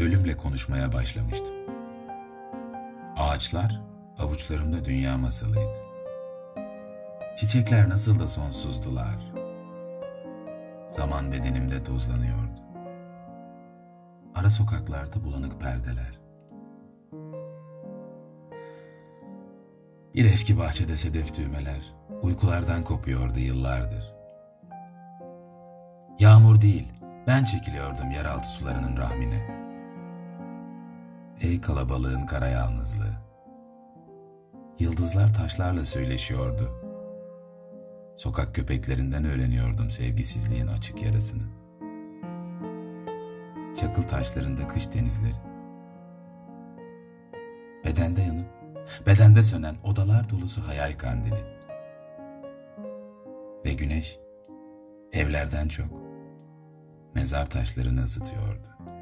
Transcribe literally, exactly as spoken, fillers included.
ölümle konuşmaya başlamıştım. Ağaçlar avuçlarımda dünya masalıydı. Çiçekler nasıl da sonsuzdular. Zaman bedenimde tozlanıyordu. Ara sokaklarda bulanık perdeler. Bir eski bahçede sedef düğmeler uykulardan kopuyordu yıllardır. Yağmur değil, ben çekiliyordum yeraltı sularının rahmine. Ey kalabalığın kara yalnızlığı. Yıldızlar taşlarla söyleşiyordu. Sokak köpeklerinden öğreniyordum sevgisizliğin açık yarasını. Çakıl taşlarında kış denizleri. Bedende yanıp, bedende sönen odalar dolusu hayal kandili. Ve güneş, evlerden çok, mezar taşlarını ısıtıyordu.